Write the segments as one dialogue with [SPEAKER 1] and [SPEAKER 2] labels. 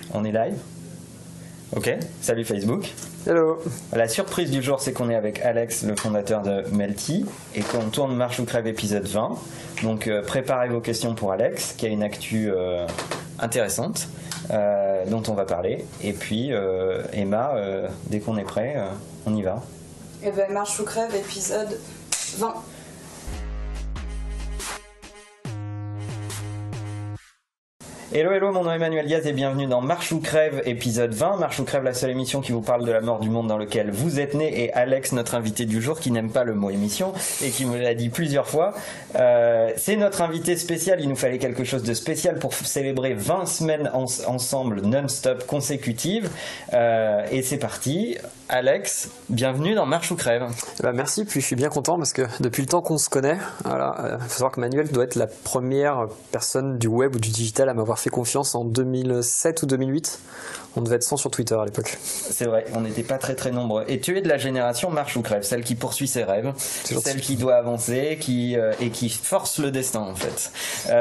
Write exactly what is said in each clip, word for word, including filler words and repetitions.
[SPEAKER 1] On est live. Ok, salut Facebook.
[SPEAKER 2] Hello.
[SPEAKER 1] La surprise du jour, c'est qu'on est avec Alex, le fondateur de Melty, et qu'on tourne Marche ou Crève épisode vingt. Donc euh, préparez vos questions pour Alex, qui a une actu euh, intéressante euh, dont on va parler. Et puis euh, Emma, euh, dès qu'on est prêt, euh, on y va.
[SPEAKER 3] Et ben Marche ou Crève épisode vingt.
[SPEAKER 1] Hello, hello, mon nom est Emmanuel Diaz et bienvenue dans Marche ou Crève épisode vingt. Marche ou Crève, la seule émission qui vous parle de la mort du monde dans lequel vous êtes né, et Alex, notre invité du jour, qui n'aime pas le mot émission et qui me l'a dit plusieurs fois. Euh, c'est notre invité spécial, il nous fallait quelque chose de spécial pour célébrer vingt semaines en, ensemble non-stop consécutives. Euh, et c'est parti. Alex, bienvenue dans Marche ou Crève.
[SPEAKER 2] Bah merci, puis je suis bien content parce que depuis le temps qu'on se connaît, voilà, euh, faut savoir que Manuel doit être la première personne du web ou du digital à m'avoir fait confiance en deux mille sept ou deux mille huit. On devait être cent sur Twitter à l'époque.
[SPEAKER 1] C'est vrai, on n'était pas très très nombreux. Et tu es de la génération Marche ou Crève, celle qui poursuit ses rêves, celle qui doit avancer qui, euh, et qui force le destin en fait.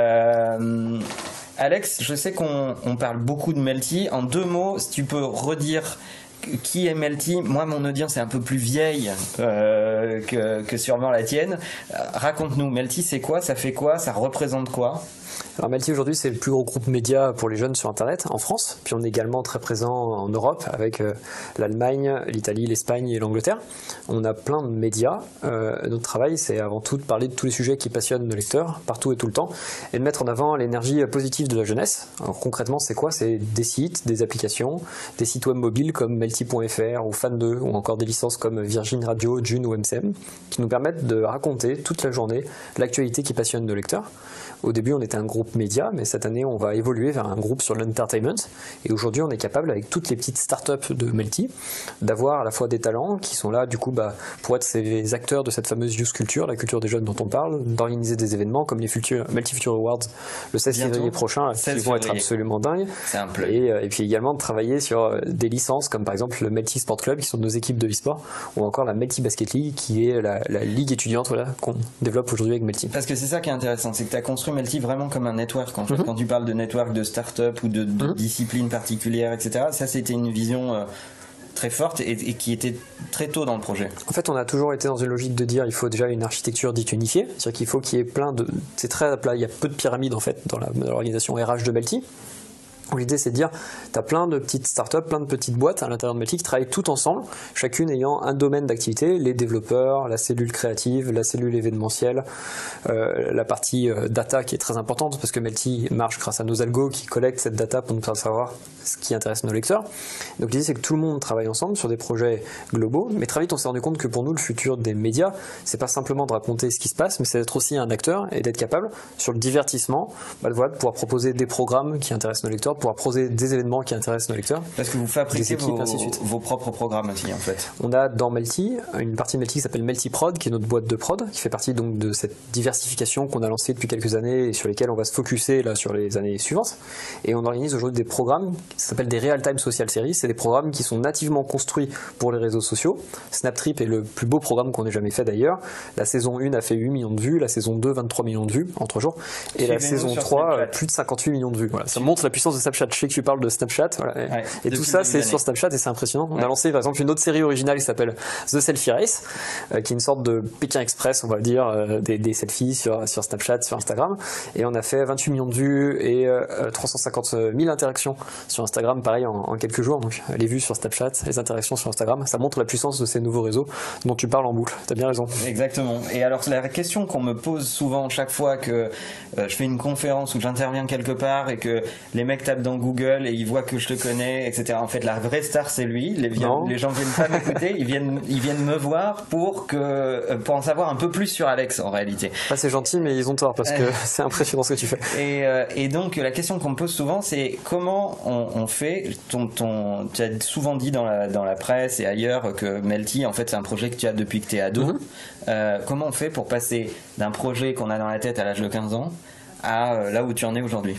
[SPEAKER 1] Euh, Alex, je sais qu'on on parle beaucoup de Melty. En deux mots, si tu peux redire qui est Melty. Moi, mon audience est un peu plus vieille euh, que, que sûrement la tienne. Raconte-nous, Melty, c'est quoi? Ça fait quoi? Ça représente quoi?
[SPEAKER 2] Alors Melty aujourd'hui c'est le plus gros groupe média pour les jeunes sur internet en France, puis on est également très présent en Europe avec euh, l'Allemagne, l'Italie, l'Espagne et l'Angleterre. On a plein de médias, euh, notre travail c'est avant tout de parler de tous les sujets qui passionnent nos lecteurs partout et tout le temps et de mettre en avant l'énergie positive de la jeunesse. Alors concrètement c'est quoi? C'est des sites, des applications, des sites web mobiles comme melty point f r ou fan deux ou encore des licences comme Virgin Radio, June ou M C M qui nous permettent de raconter toute la journée l'actualité qui passionne nos lecteurs. Au début, on était un groupe média, mais cette année, on va évoluer vers un groupe sur l'entertainment. Et aujourd'hui, on est capable, avec toutes les petites startups de Melty, d'avoir à la fois des talents qui sont là, du coup, bah, pour être ces acteurs de cette fameuse youth culture, la culture des jeunes dont on parle, d'organiser des événements comme les Future, Melty Future Awards le seize février prochain, qui vont être absolument dingues.
[SPEAKER 1] C'est un plug.
[SPEAKER 2] Et, et puis également de travailler sur des licences comme par exemple le Melty Sport Club, qui sont nos équipes de e-sport, ou encore la Melty Basket League, qui est la, la ligue étudiante voilà, qu'on développe aujourd'hui avec Melty.
[SPEAKER 1] Parce que c'est ça qui est intéressant, c'est que tu as construit Melty vraiment comme un network en fait.
[SPEAKER 2] Mm-hmm.
[SPEAKER 1] Quand tu parles de network, de start-up ou de, de mm-hmm. discipline particulière, et cetera. Ça, c'était une vision euh, très forte et, et qui était très tôt dans le projet.
[SPEAKER 2] En fait, on a toujours été dans une logique de dire il faut déjà une architecture dite unifiée, c'est-à-dire qu'il faut qu'il y ait plein de... C'est très plat, il y a peu de pyramides en fait dans, la, dans l'organisation R H de Melty. L'idée c'est de dire, tu as plein de petites startups, plein de petites boîtes à l'intérieur de Melty qui travaillent toutes ensemble, chacune ayant un domaine d'activité, les développeurs, la cellule créative, la cellule événementielle, euh, la partie euh, data qui est très importante parce que Melty marche grâce à nos algos qui collectent cette data pour nous faire savoir ce qui intéresse nos lecteurs. Donc l'idée c'est que tout le monde travaille ensemble sur des projets globaux, mais très vite on s'est rendu compte que pour nous le futur des médias, c'est pas simplement de raconter ce qui se passe, mais c'est d'être aussi un acteur et d'être capable sur le divertissement, bah, voilà, de pouvoir proposer des programmes qui intéressent nos lecteurs, pouvoir proposer des événements qui intéressent nos lecteurs.
[SPEAKER 1] Parce que vous fabriquez
[SPEAKER 2] équipes,
[SPEAKER 1] vos, vos propres programmes aussi en fait.
[SPEAKER 2] On a dans Melty une partie de Melty qui s'appelle Melty Prod, qui est notre boîte de prod, qui fait partie donc de cette diversification qu'on a lancée depuis quelques années et sur lesquelles on va se focuser là sur les années suivantes. Et on organise aujourd'hui des programmes qui s'appellent des Real-Time Social Series. C'est des programmes qui sont nativement construits pour les réseaux sociaux. Snaptrip est le plus beau programme qu'on ait jamais fait d'ailleurs. La saison un a fait huit millions de vues, la saison deux vingt-trois millions de vues en trois jours et Suivez la saison trois Snapchat. Plus de cinquante-huit millions de vues. Voilà. Ça montre la puissance de Snapchat. Je sais que tu parles de Snapchat, voilà.
[SPEAKER 1] Ouais,
[SPEAKER 2] et tout ça c'est sur Snapchat et c'est impressionnant. On ouais. a lancé par exemple une autre série originale qui s'appelle The Selfie Race, euh, qui est une sorte de Pékin Express, on va dire, euh, des, des selfies sur, sur Snapchat, sur Instagram, et on a fait vingt-huit millions de vues et euh, trois cent cinquante mille interactions sur Instagram, pareil en, en quelques jours. Donc les vues sur Snapchat, les interactions sur Instagram, ça montre la puissance de ces nouveaux réseaux dont tu parles en boucle. T'as bien raison.
[SPEAKER 1] Exactement. Et alors la question qu'on me pose souvent chaque fois que euh, je fais une conférence ou j'interviens quelque part et que les mecs tapent dans Google et ils voient que je te connais, et cetera. En fait, la vraie star, c'est lui. Les, vient, les gens viennent pas m'écouter, ils viennent, ils viennent me voir pour que, pour en savoir un peu plus sur Alex, en réalité.
[SPEAKER 2] Ah, c'est gentil, mais ils ont tort parce que c'est impressionnant ce que tu fais.
[SPEAKER 1] Et, euh, et donc, la question qu'on me pose souvent, c'est comment on, on fait. Ton, ton, tu as souvent dit dans la, dans la presse et ailleurs que Melty, en fait, c'est un projet que tu as depuis que tu es ado. Mm-hmm. Euh, comment on fait pour passer d'un projet qu'on a dans la tête à l'âge de quinze ans à euh, là où tu en es aujourd'hui?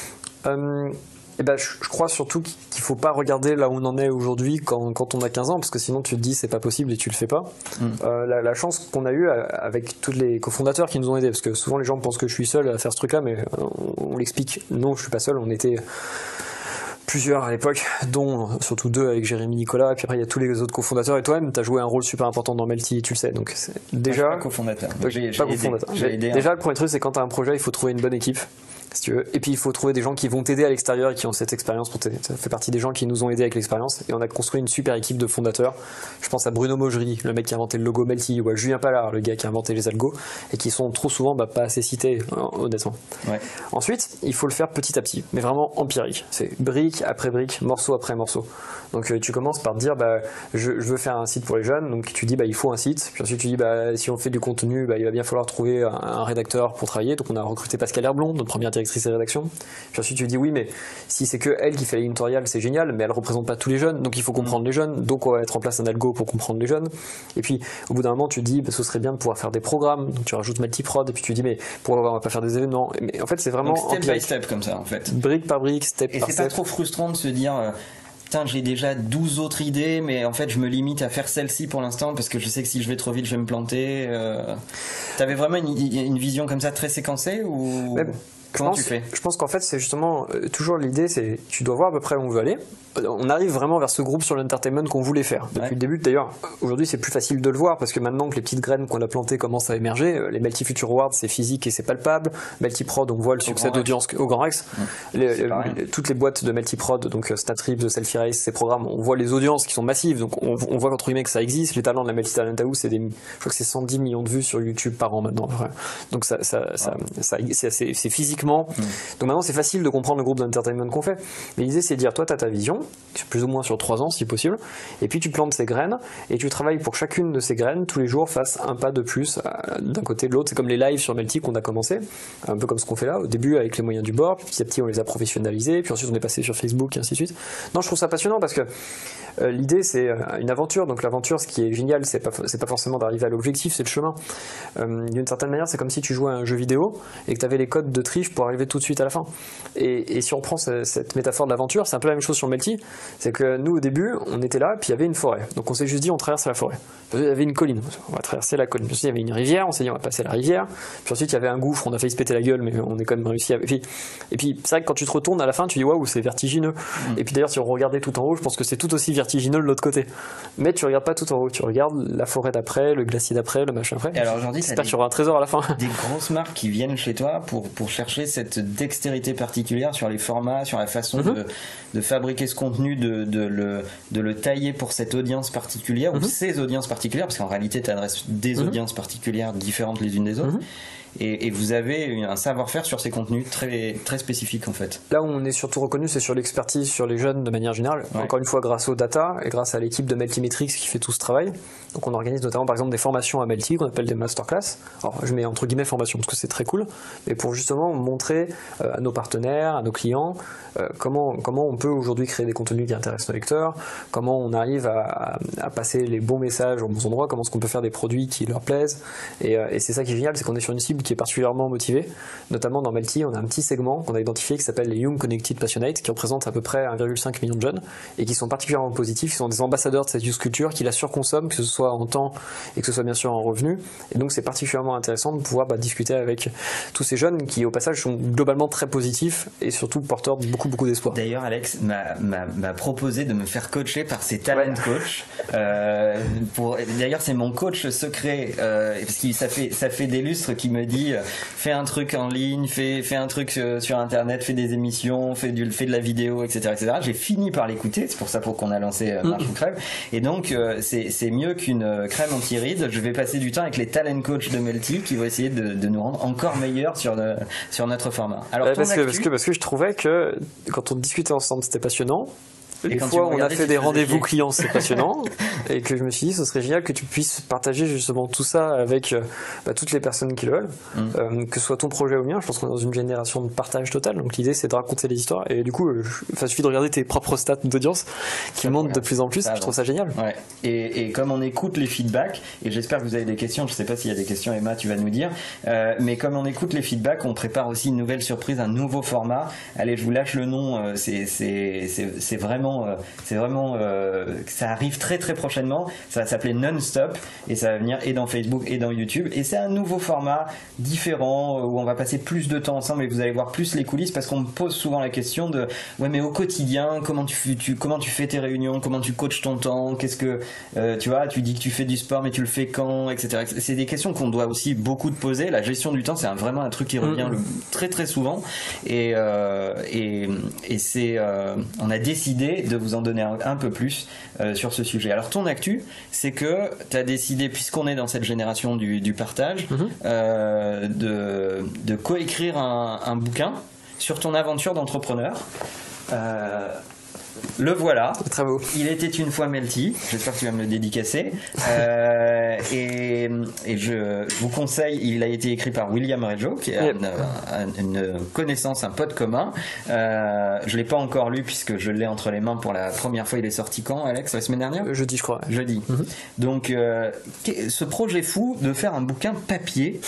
[SPEAKER 2] euh... Eh ben, je, je crois surtout qu'il ne faut pas regarder là où on en est aujourd'hui quand, quand on a quinze ans, parce que sinon tu te dis c'est pas possible et tu le fais pas. Mm. Euh, la, la chance qu'on a eue avec tous les cofondateurs qui nous ont aidés, parce que souvent les gens pensent que je suis seul à faire ce truc-là, mais on, on l'explique. Non, je suis pas seul. On était plusieurs à l'époque, dont surtout deux avec Jérémy Nicolas, puis après il y a tous les autres cofondateurs, et toi-même tu as joué un rôle super important dans Melty, tu le sais, donc c'est déjà...
[SPEAKER 1] Moi, je suis pas cofondateur.
[SPEAKER 2] Donc,
[SPEAKER 1] j'ai,
[SPEAKER 2] pas
[SPEAKER 1] j'ai
[SPEAKER 2] cofondateur.
[SPEAKER 1] Aidé, j'ai aidé,
[SPEAKER 2] déjà
[SPEAKER 1] hein.
[SPEAKER 2] le premier truc c'est quand tu as un projet, il faut trouver une bonne équipe, si tu veux, et puis il faut trouver des gens qui vont t'aider à l'extérieur et qui ont cette expérience pour t'aider. Ça fait partie des gens qui nous ont aidés avec l'expérience, et on a construit une super équipe de fondateurs. Je pense à Bruno Maugery, le mec qui a inventé le logo Melty, ou à Julien Pallard, le gars qui a inventé les algos, et qui sont trop souvent bah, pas assez cités, honnêtement.
[SPEAKER 1] Ouais.
[SPEAKER 2] Ensuite, il faut le faire petit à petit, mais vraiment empirique. C'est brique après brique, morceau après morceau. Donc euh, tu commences par te dire bah, je, je veux faire un site pour les jeunes, donc tu dis bah, il faut un site, puis ensuite tu dis bah, si on fait du contenu, bah, il va bien falloir trouver un, un rédacteur pour travailler, donc on a recruté Pascal Herblon, notre première directrice de rédaction. Puis ensuite tu dis oui mais si c'est que elle qui fait l'éditorial c'est génial, mais elle représente pas tous les jeunes, donc il faut comprendre les jeunes, donc on va mettre en place un algo pour comprendre les jeunes. Et puis au bout d'un moment tu te dis bah, ce serait bien de pouvoir faire des programmes, donc tu rajoutes Multiprod, et puis tu dis mais pourquoi on va pas faire des événements. Mais en fait c'est vraiment
[SPEAKER 1] donc, step
[SPEAKER 2] empirique.
[SPEAKER 1] by step comme ça en fait.
[SPEAKER 2] Brique par brique, step
[SPEAKER 1] et
[SPEAKER 2] par
[SPEAKER 1] step. Et
[SPEAKER 2] step.
[SPEAKER 1] c'est pas trop frustrant de se dire euh, putain j'ai déjà douze autres idées mais en fait je me limite à faire celle-ci pour l'instant parce que je sais que si je vais trop vite je vais me planter. euh... T'avais vraiment une, une vision comme ça très séquencée ou
[SPEAKER 2] mais,
[SPEAKER 1] comment
[SPEAKER 2] je pense,
[SPEAKER 1] tu fais?
[SPEAKER 2] Je pense qu'en fait c'est justement euh, toujours l'idée, c'est tu dois voir à peu près où on veut aller. On arrive vraiment vers ce groupe sur l'entertainment qu'on voulait faire depuis ouais. le début. D'ailleurs, aujourd'hui, c'est plus facile de le voir parce que maintenant que les petites graines qu'on a plantées commencent à émerger, les Melty Future Awards, c'est physique et c'est palpable. Multiprod, on voit le succès d'audience au Grand Rex. Mmh. Les, les, toutes les boîtes de Multiprod, donc Statrip, de Selfie Race, ces programmes, on voit les audiences qui sont massives. Donc on, on voit entre guillemets que ça existe. Les talents de la Melty Talent House, c'est des, je crois que c'est cent dix millions de vues sur YouTube par an maintenant. Donc ça, ça, ça, ouais. ça, ça c'est, c'est physiquement. Mmh. Donc maintenant, c'est facile de comprendre le groupe d'entertainment qu'on fait. Mais l'idée, c'est de dire, toi, tu as ta vision, plus ou moins sur trois ans si possible, et puis tu plantes ces graines et tu travailles pour chacune de ces graines tous les jours, fasse un pas de plus d'un côté de l'autre. C'est comme les lives sur Melty qu'on a commencé, un peu comme ce qu'on fait là au début avec les moyens du bord, puis petit à petit on les a professionnalisés, puis ensuite on est passé sur Facebook et ainsi de suite. Non, je trouve ça passionnant parce que euh, l'idée c'est une aventure, donc l'aventure, ce qui est génial, c'est pas, c'est pas forcément d'arriver à l'objectif, c'est le chemin. Euh, d'une certaine manière, c'est comme si tu jouais à un jeu vidéo et que tu avais les codes de triche pour arriver tout de suite à la fin. Et, et si on prend ce, cette métaphore de l'aventure, c'est un peu la même chose sur Melty, c'est que nous au début on était là puis il y avait une forêt, donc on s'est juste dit on traverse la forêt. Il y avait une colline, on va traverser la colline. Puis ensuite il y avait une rivière, on s'est dit on va passer la rivière. Puis ensuite il y avait un gouffre, on a failli se péter la gueule mais on est quand même réussi à... et puis, et puis c'est vrai que quand tu te retournes à la fin tu dis waouh c'est vertigineux. Mmh. Et puis d'ailleurs si on regardait tout en haut je pense que c'est tout aussi vertigineux de l'autre côté, mais tu regardes pas tout en haut, tu regardes la forêt d'après, le glacier d'après, le machin après.
[SPEAKER 1] Et alors aujourd'hui
[SPEAKER 2] j'espère qu'il y aura un trésor à la fin.
[SPEAKER 1] Des grosses marques qui viennent chez toi pour, pour chercher cette dextérité particulière sur les formats, sur la façon mmh. de, de fabriquer ce contenu, de, de, le, de le tailler pour cette audience particulière, mmh. ou ces audiences particulières, parce qu'en réalité tu adresses des mmh. audiences particulières différentes les unes des autres. Mmh. Et, et vous avez un savoir-faire sur ces contenus très, très spécifiques en fait.
[SPEAKER 2] Là où on est surtout reconnu, c'est sur l'expertise sur les jeunes de manière générale. Ouais. Encore une fois, grâce aux data et grâce à l'équipe de Meltymetrics qui fait tout ce travail. Donc on organise notamment par exemple des formations à Melty qu'on appelle des masterclass. Alors je mets entre guillemets formation parce que c'est très cool, mais pour justement montrer euh, à nos partenaires, à nos clients, euh, comment, comment on peut aujourd'hui créer des contenus qui intéressent nos lecteurs, comment on arrive à, à passer les bons messages aux bons endroits, comment est-ce qu'on peut faire des produits qui leur plaisent. Et, euh, et c'est ça qui est génial, c'est qu'on est sur une cible qui est particulièrement motivée. Notamment dans Melty, on a un petit segment qu'on a identifié qui s'appelle les Young Connected Passionate, qui représente à peu près un virgule cinq million de jeunes et qui sont particulièrement positifs, qui sont des ambassadeurs de cette use culture, qui la surconsomment, que ce soit en temps et que ce soit bien sûr en revenu. Et donc c'est particulièrement intéressant de pouvoir bah, discuter avec tous ces jeunes qui au passage sont globalement très positifs et surtout porteurs de beaucoup beaucoup d'espoir.
[SPEAKER 1] D'ailleurs Alex m'a, m'a, m'a proposé de me faire coacher par ses talent ouais. coach. Euh, pour, d'ailleurs c'est mon coach secret euh, parce que ça fait, ça fait des lustres qui me dit fais un truc en ligne, fais, fais un truc sur, sur internet, fais des émissions, fais, du, fais de la vidéo, etc., etc. J'ai fini par l'écouter, c'est pour ça pour qu'on a lancé euh, Marche ou Crève. Et donc euh, c'est, c'est mieux qu'une euh, crème anti-rides. Je vais passer du temps avec les talent coach de Melty qui vont essayer de, de nous rendre encore meilleurs sur, de, sur notre format. Alors
[SPEAKER 2] ouais,
[SPEAKER 1] ton
[SPEAKER 2] parce,
[SPEAKER 1] actu...
[SPEAKER 2] que, parce, que, parce que je trouvais que quand on discutait ensemble c'était passionnant.
[SPEAKER 1] Et
[SPEAKER 2] des fois on a fait des rendez-vous clients, c'est passionnant, et que je me suis dit ce serait génial que tu puisses partager justement tout ça avec bah, toutes les personnes qui le veulent, mm. euh, que ce soit ton projet ou mien. Je pense qu'on est dans une génération de partage total, donc l'idée c'est de raconter les histoires, et du coup il suffit de regarder tes propres stats d'audience qui ça montent de plus en plus, ça, je trouve ça génial.
[SPEAKER 1] Ouais. Et, et comme on écoute les feedbacks, et j'espère que vous avez des questions, je sais pas s'il y a des questions, Emma tu vas nous dire, euh, mais comme on écoute les feedbacks, on prépare aussi une nouvelle surprise, un nouveau format. Allez, je vous lâche le nom, euh, c'est, c'est, c'est, c'est vraiment vraiment, euh, c'est vraiment, euh, ça arrive très très prochainement. Ça va s'appeler Non-Stop et ça va venir et dans Facebook et dans YouTube. Et c'est un nouveau format différent où on va passer plus de temps ensemble et vous allez voir plus les coulisses parce qu'on me pose souvent la question de ouais mais au quotidien comment tu, tu comment tu fais tes réunions, comment tu coaches ton temps, qu'est-ce que euh, tu vois, tu dis que tu fais du sport mais tu le fais quand, et cetera. C'est des questions qu'on doit aussi beaucoup te poser. La gestion du temps c'est un, vraiment un truc qui revient mmh. le, très très souvent et euh, et, et c'est euh, on a décidé de vous en donner un, un peu plus euh, sur ce sujet. Alors ton actu c'est que tu as décidé, puisqu'on est dans cette génération du, du partage, mmh. euh, de, de coécrire un, un bouquin sur ton aventure d'entrepreneur. Euh, le voilà.
[SPEAKER 2] Très beau.
[SPEAKER 1] Il était une fois Melty. J'espère que tu vas me le dédicacer. Euh, et et je, je vous conseille, il a été écrit par William Reggio, qui est yep. une, une connaissance, un pote commun. Euh, je ne l'ai pas encore lu puisque je l'ai entre les mains pour la première fois. Il est sorti quand, Alex? La semaine dernière?
[SPEAKER 2] euh, Jeudi, je crois. Ouais.
[SPEAKER 1] Jeudi. Mm-hmm. Donc, euh, ce projet fou de faire un bouquin papier.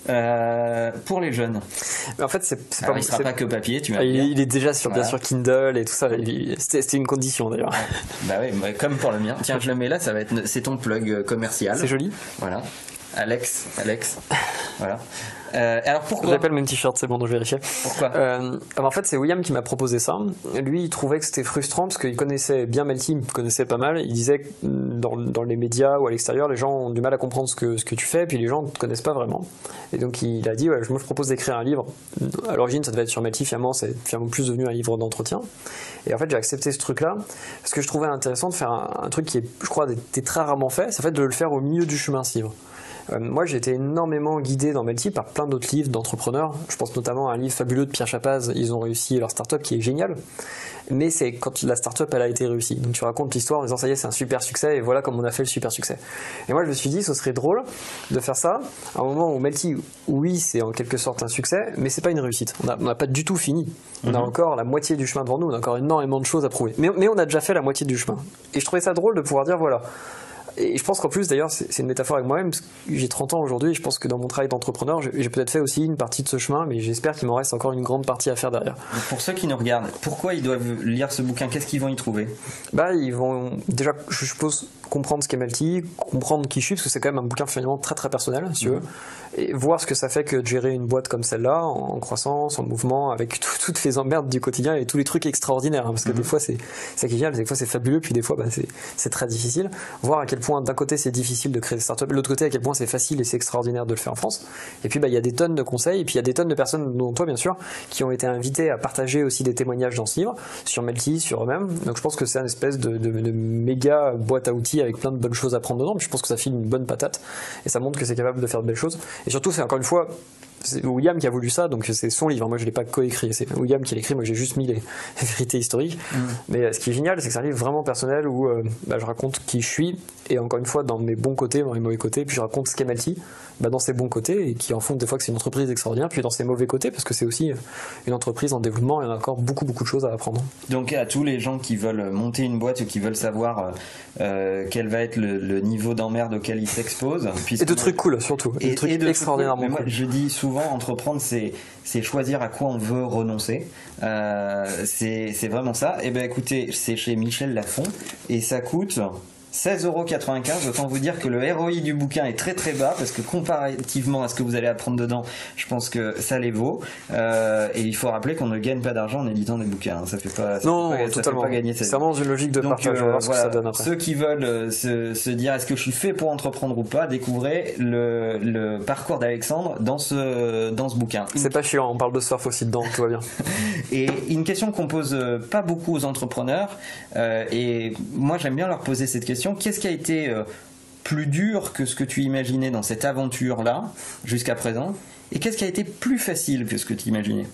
[SPEAKER 1] Euh, pour les jeunes.
[SPEAKER 2] Mais en fait, c'est, c'est
[SPEAKER 1] Alors,
[SPEAKER 2] pas.
[SPEAKER 1] Il sera
[SPEAKER 2] c'est...
[SPEAKER 1] pas que papier, tu vas
[SPEAKER 2] il,
[SPEAKER 1] dire.
[SPEAKER 2] il est déjà sur,
[SPEAKER 1] voilà.
[SPEAKER 2] bien sûr, Kindle et tout ça. Il, c'était, c'était une condition d'ailleurs.
[SPEAKER 1] Bah oui, bah, comme pour le mien. Tiens, je le mets là, ça va être, c'est ton plug commercial.
[SPEAKER 2] C'est joli.
[SPEAKER 1] Voilà. Alex, Alex. Voilà. Euh, alors pourquoi?
[SPEAKER 2] J'appelle le même t-shirt, c'est bon, donc je vérifie.
[SPEAKER 1] Pourquoi?
[SPEAKER 2] euh, En fait, c'est William qui m'a proposé ça. Lui, il trouvait que c'était frustrant parce qu'il connaissait bien Melty, il me connaissait pas mal. Il disait que dans, dans les médias ou à l'extérieur, les gens ont du mal à comprendre ce que, ce que tu fais, et puis les gens ne te connaissent pas vraiment. Et donc, il a dit ouais, moi, je propose d'écrire un livre. À l'origine, ça devait être sur Melty, finalement, c'est finalement plus devenu un livre d'entretien. Et en fait, j'ai accepté ce truc-là parce que je trouvais intéressant de faire un, un truc qui est, je crois, était très rarement fait, c'est en fait de le faire au milieu du chemin, ce livre. Euh, moi, j'ai été énormément guidé dans Melty par plein d'autres livres d'entrepreneurs. Je pense notamment à un livre fabuleux de Pierre Chapaz, Ils ont réussi leur start-up, qui est génial. Mais c'est quand la start-up, elle a été réussie. Donc tu racontes l'histoire en disant ça y est, c'est un super succès et voilà comment on a fait le super succès. Et moi, je me suis dit, ce serait drôle de faire ça à un moment où Melty, oui, c'est en quelque sorte un succès, mais c'est pas une réussite. On n'a pas du tout fini. On mm-hmm. a encore la moitié du chemin devant nous. On a encore énormément de choses à prouver. Mais, mais on a déjà fait la moitié du chemin. Et je trouvais ça drôle de pouvoir dire voilà. Et je pense qu'en plus, d'ailleurs, c'est une métaphore avec moi-même, parce que j'ai trente ans aujourd'hui, et je pense que dans mon travail d'entrepreneur, j'ai peut-être fait aussi une partie de ce chemin, mais j'espère qu'il m'en reste encore une grande partie à faire derrière.
[SPEAKER 1] Pour ceux qui nous regardent, pourquoi ils doivent lire ce bouquin? Qu'est-ce qu'ils vont y trouver?
[SPEAKER 2] Bah, ils vont déjà, je suppose, comprendre ce qu'est Melty, comprendre qui je suis, parce que c'est quand même un bouquin finalement très très personnel, si tu veux, et voir ce que ça fait que de gérer une boîte comme celle-là, en croissance, en mouvement, avec tout, toutes les emmerdes du quotidien et tous les trucs extraordinaires, hein, parce que mmh. des fois c'est ça qui est génial, des fois c'est fabuleux, puis des fois bah, c'est, c'est très difficile. Voir à quel point d'un côté c'est difficile de créer des startups, de l'autre côté à quel point c'est facile et c'est extraordinaire de le faire en France. Et puis bah il y a des tonnes de conseils, et puis il y a des tonnes de personnes, dont toi bien sûr, qui ont été invitées à partager aussi des témoignages dans ce livre, sur Melty, sur eux-mêmes. Donc je pense que c'est une espèce de, de, de méga boîte à outils avec plein de bonnes choses à prendre dedans. Je pense que ça file une bonne patate et ça montre que c'est capable de faire de belles choses. Et surtout, c'est encore une fois, c'est William qui a voulu ça, donc c'est son livre. Moi, je l'ai pas coécrit. C'est William qui l'a écrit. Moi, j'ai juste mis les vérités historiques. Mmh. Mais ce qui est génial, c'est que c'est un livre vraiment personnel où euh, bah, je raconte qui je suis et encore une fois dans mes bons côtés, dans mes mauvais côtés. Puis je raconte ce qu'est Melty, bah, dans ses bons côtés et qui en font des fois que c'est une entreprise extraordinaire. Puis dans ses mauvais côtés, parce que c'est aussi une entreprise en développement. Il y a encore beaucoup beaucoup de choses à apprendre.
[SPEAKER 1] Donc à tous les gens qui veulent monter une boîte ou qui veulent savoir euh, quel va être le, le niveau d'emmerde auquel ils s'exposent.
[SPEAKER 2] Et de trucs cool surtout. Et de trucs extraordinairement cool.
[SPEAKER 1] Moi, je dis souvent, entreprendre, c'est c'est choisir à quoi on veut renoncer. Euh, c'est c'est vraiment ça. Et ben écoutez, c'est chez Michel Lafon et ça coûte seize euros quatre-vingt-quinze. Autant vous dire que le R O I du bouquin est très très bas parce que comparativement à ce que vous allez apprendre dedans, je pense que ça les vaut. Euh, et il faut rappeler qu'on ne gagne pas d'argent en éditant des bouquins. Ça fait pas, ça
[SPEAKER 2] non,
[SPEAKER 1] fait pas,
[SPEAKER 2] totalement.
[SPEAKER 1] Ça fait pas gagner.
[SPEAKER 2] C'est vraiment une logique de
[SPEAKER 1] Donc,
[SPEAKER 2] partage.
[SPEAKER 1] Euh,
[SPEAKER 2] voir ce voilà, que ça donne après.
[SPEAKER 1] Ceux qui veulent euh, se, se dire est-ce que je suis fait pour entreprendre ou pas, découvrez le, le parcours d'Alexandre dans ce dans ce bouquin.
[SPEAKER 2] C'est pas chiant. On parle de surf aussi dedans. Tout va bien.
[SPEAKER 1] Et une question qu'on pose pas beaucoup aux entrepreneurs, euh, et moi j'aime bien leur poser cette question: qu'est-ce qui a été plus dur que ce que tu imaginais dans cette aventure-là jusqu'à présent, et qu'est-ce qui a été plus facile que ce que tu imaginais?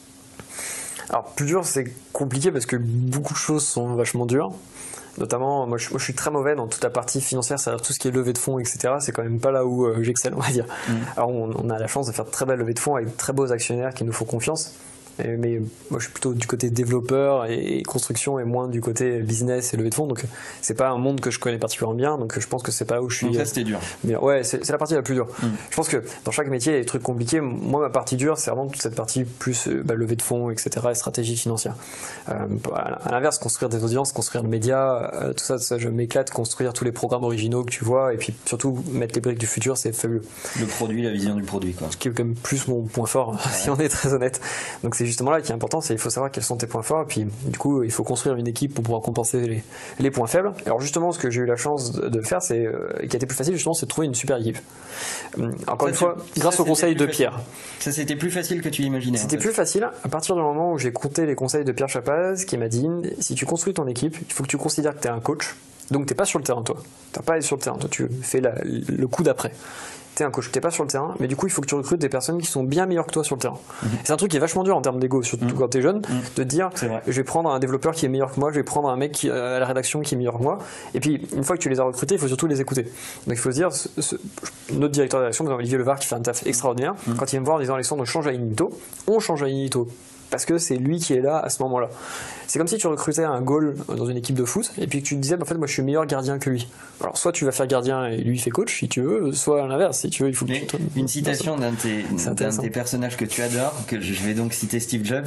[SPEAKER 2] Alors plus dur, c'est compliqué parce que beaucoup de choses sont vachement dures. Notamment, moi je, moi je suis très mauvais dans toute la partie financière, c'est-à-dire tout ce qui est levée de fonds, et cetera. C'est quand même pas là où euh, j'excelle, on va dire. Mmh. Alors on, on a la chance de faire de très belles levées de fonds avec de très beaux actionnaires qui nous font confiance. Et, mais moi je suis plutôt du côté développeur et, et construction et moins du côté business et levée de fonds, donc c'est pas un monde que je connais particulièrement bien, donc je pense que c'est pas où je suis.
[SPEAKER 1] Donc ça c'était dur.
[SPEAKER 2] Mais ouais, c'est la partie la plus dure.
[SPEAKER 1] Mm.
[SPEAKER 2] Je pense que dans chaque métier il y a des trucs compliqués. Moi ma partie dure c'est vraiment toute cette partie plus bah, levée de fonds, et cetera et stratégie financière. Euh, à l'inverse, construire des audiences, construire le média, euh, tout ça, tout ça je m'éclate, construire tous les programmes originaux que tu vois et puis surtout mettre les briques du futur, c'est fabuleux.
[SPEAKER 1] Le produit, la vision du produit quoi.
[SPEAKER 2] Ce qui est quand même plus mon point fort, ouais. Si on est très honnête. Donc c'est justement là qui est important, c'est il faut savoir quels sont tes points forts et puis du coup il faut construire une équipe pour pouvoir compenser les, les points faibles. Alors justement ce que j'ai eu la chance de faire, c'est euh, qui a été plus facile justement, c'est de trouver une super équipe. Hum, encore ça, une fois, grâce au conseil de Pierre.
[SPEAKER 1] Ça c'était plus facile que tu l'imaginais.
[SPEAKER 2] C'était en fait. plus facile à partir du moment où j'ai compté les conseils de Pierre Chapaz qui m'a dit si tu construis ton équipe, il faut que tu considères que tu es un coach. Donc t'es pas sur le terrain toi. T'as pas à être sur le terrain, toi tu fais la, le coup d'après. T'es un coach, t'es pas sur le terrain, mais du coup il faut que tu recrutes des personnes qui sont bien meilleures que toi sur le terrain. Mmh. C'est un truc qui est vachement dur en termes d'ego, surtout mmh. quand t'es jeune, mmh. de te dire je vais prendre un développeur qui est meilleur que moi, je vais prendre un mec qui, euh, à la rédaction qui est meilleur que moi, et puis une fois que tu les as recrutés, il faut surtout les écouter. Donc il faut se dire, ce, ce, notre directeur de rédaction, Olivier Levard, qui fait un taf extraordinaire, mmh. quand il vient me voir en disant Alexandre, change à Inito, on change à Inito. Parce que c'est lui qui est là à ce moment-là. C'est comme si tu recrutais un goal dans une équipe de foot et puis que tu te disais, bah, en fait, moi je suis meilleur gardien que lui. Alors, soit tu vas faire gardien et lui fait coach si tu veux, soit à l'inverse, si tu veux, il faut que tu...
[SPEAKER 1] Une citation d'un de, de tes personnages que tu adores, que je vais donc citer Steve Jobs,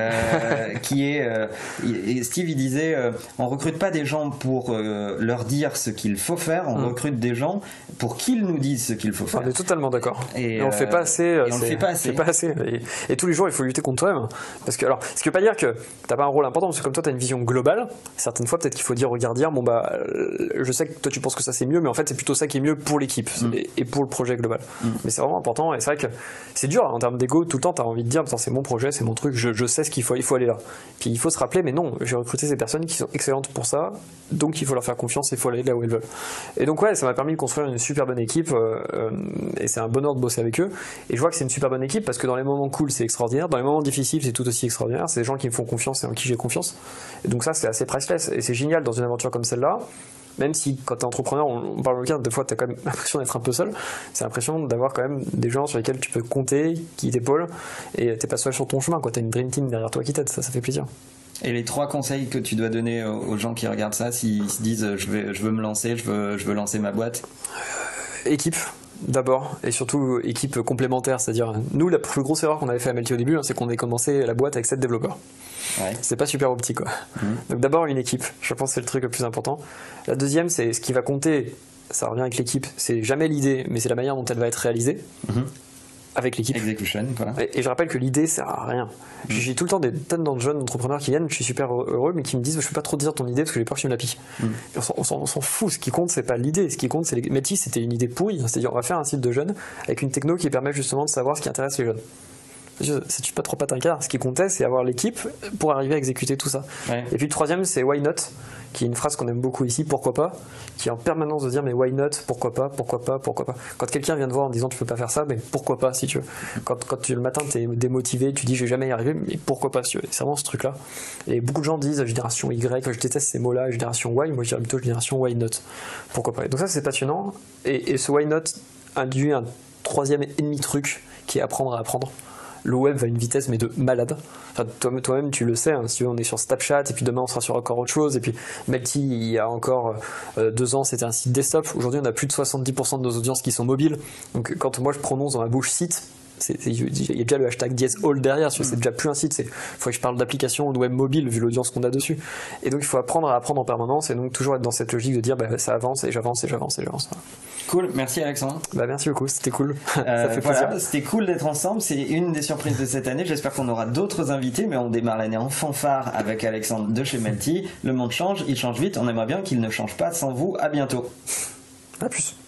[SPEAKER 1] euh, qui est. Euh, et Steve, il disait euh, on recrute pas des gens pour euh, leur dire ce qu'il faut faire, on mm. recrute des gens pour qu'ils nous disent ce qu'il faut faire.
[SPEAKER 2] On est totalement d'accord.
[SPEAKER 1] Et,
[SPEAKER 2] et on le fait pas assez.
[SPEAKER 1] Et on le fait pas assez.
[SPEAKER 2] Pas assez. Et, et tous les jours, il faut lutter contre toi-même. Parce que, alors, ce qui veut pas dire que t'as pas un rôle important, parce que comme toi, t'as une vision globale, certaines fois, peut-être qu'il faut dire au gardien, bon bah, je sais que toi, tu penses que ça c'est mieux, mais en fait, c'est plutôt ça qui est mieux pour l'équipe mm. et, et pour le projet global. Mm. Mais c'est vraiment important, et c'est vrai que c'est dur, en termes d'ego, tout le temps, t'as envie de dire, c'est mon projet, c'est mon truc, je, je sais ce qu'il faut, il faut aller là. Puis il faut se rappeler, mais non, j'ai recruté ces personnes qui sont excellentes pour ça, donc il faut leur faire confiance, il faut aller là où elles veulent. Et donc, ouais, ça m'a permis de construire une super bonne équipe, euh, euh, et c'est un bonheur de bosser avec eux. Et je vois que c'est une super bonne équipe parce que dans les moments cool, c'est extraordinaire, dans les moments difficiles, c'est tout aussi extraordinaire. C'est des gens qui me font confiance et en qui j'ai confiance. Et donc ça, c'est assez priceless. Et c'est génial dans une aventure comme celle-là. Même si quand t'es entrepreneur, on, on parle de cas, des fois t'as quand même l'impression d'être un peu seul. C'est l'impression d'avoir quand même des gens sur lesquels tu peux compter, qui t'épaulent, et t'es pas seul sur ton chemin, quoi. T'as une dream team derrière toi qui t'aide, ça, ça fait plaisir.
[SPEAKER 1] Et les trois conseils que tu dois donner aux gens qui regardent ça, s'ils se disent je vais, je veux me lancer, je veux, je veux lancer ma boîte.
[SPEAKER 2] euh, Équipe. D'abord, et surtout équipe complémentaire, c'est-à-dire nous la plus grosse erreur qu'on avait fait à Melty au début, hein, c'est qu'on avait commencé la boîte avec sept développeurs. Ouais. C'est pas super optique quoi. Mmh. Donc d'abord une équipe, je pense que c'est le truc le plus important. La deuxième, c'est ce qui va compter, ça revient avec l'équipe, c'est jamais l'idée, mais c'est la manière dont elle va être réalisée. Mmh. Avec l'équipe.
[SPEAKER 1] Execution, quoi.
[SPEAKER 2] Et, et je rappelle que l'idée sert à rien. Mmh. J'ai tout le temps des tonnes de jeunes entrepreneurs qui viennent, je suis super heureux, mais qui me disent je peux pas trop dire ton idée parce que j'ai peur que tu me la piques. Mmh. On s'en, on s'en fout, ce qui compte c'est pas l'idée, ce qui compte c'est les... Melty, c'était une idée pourrie, c'est-à-dire on va faire un site de jeunes avec une techno qui permet justement de savoir ce qui intéresse les jeunes. C'est pas trop pas un quart. Ce qui comptait, c'est avoir l'équipe pour arriver à exécuter tout ça. Ouais. Et puis le troisième, c'est why not, qui est une phrase qu'on aime beaucoup ici, pourquoi pas, qui est en permanence de dire mais why not, pourquoi pas, pourquoi pas, pourquoi pas. Quand quelqu'un vient te voir en disant tu peux pas faire ça, mais pourquoi pas si tu veux. Quand, quand tu, le matin t'es démotivé, tu dis je vais jamais y arriver, mais pourquoi pas si tu veux. C'est vraiment ce truc-là. Et beaucoup de gens disent génération Y, je déteste ces mots-là, génération Y, moi je dirais plutôt génération why not, pourquoi pas. Et donc ça c'est passionnant. Et, et ce why not induit un troisième et demi truc qui est apprendre à apprendre. Le web va à une vitesse mais de malade. Enfin, toi, toi-même tu le sais, hein, si tu veux, on est sur Snapchat et puis demain on sera sur encore autre chose. Et puis Melty, il y a encore euh, deux ans c'était un site desktop. Aujourd'hui on a plus de soixante-dix pour cent de nos audiences qui sont mobiles. Donc quand moi je prononce dans ma bouche site, c'est, c'est, il y a déjà le hashtag dièse all derrière, c'est déjà plus un site, il faut que je parle d'application ou de web mobile vu l'audience qu'on a dessus. Et donc il faut apprendre à apprendre en permanence et donc toujours être dans cette logique de dire bah, ça avance et j'avance et j'avance et j'avance.
[SPEAKER 1] Cool, merci Alexandre.
[SPEAKER 2] Bah merci beaucoup, c'était cool.
[SPEAKER 1] Euh, ça fait plaisir. Voilà, c'était cool d'être ensemble, c'est une des surprises de cette année. J'espère qu'on aura d'autres invités, mais on démarre l'année en fanfare avec Alexandre de chez Melty. Le monde change, il change vite, on aimerait bien qu'il ne change pas sans vous. À bientôt.
[SPEAKER 2] À plus.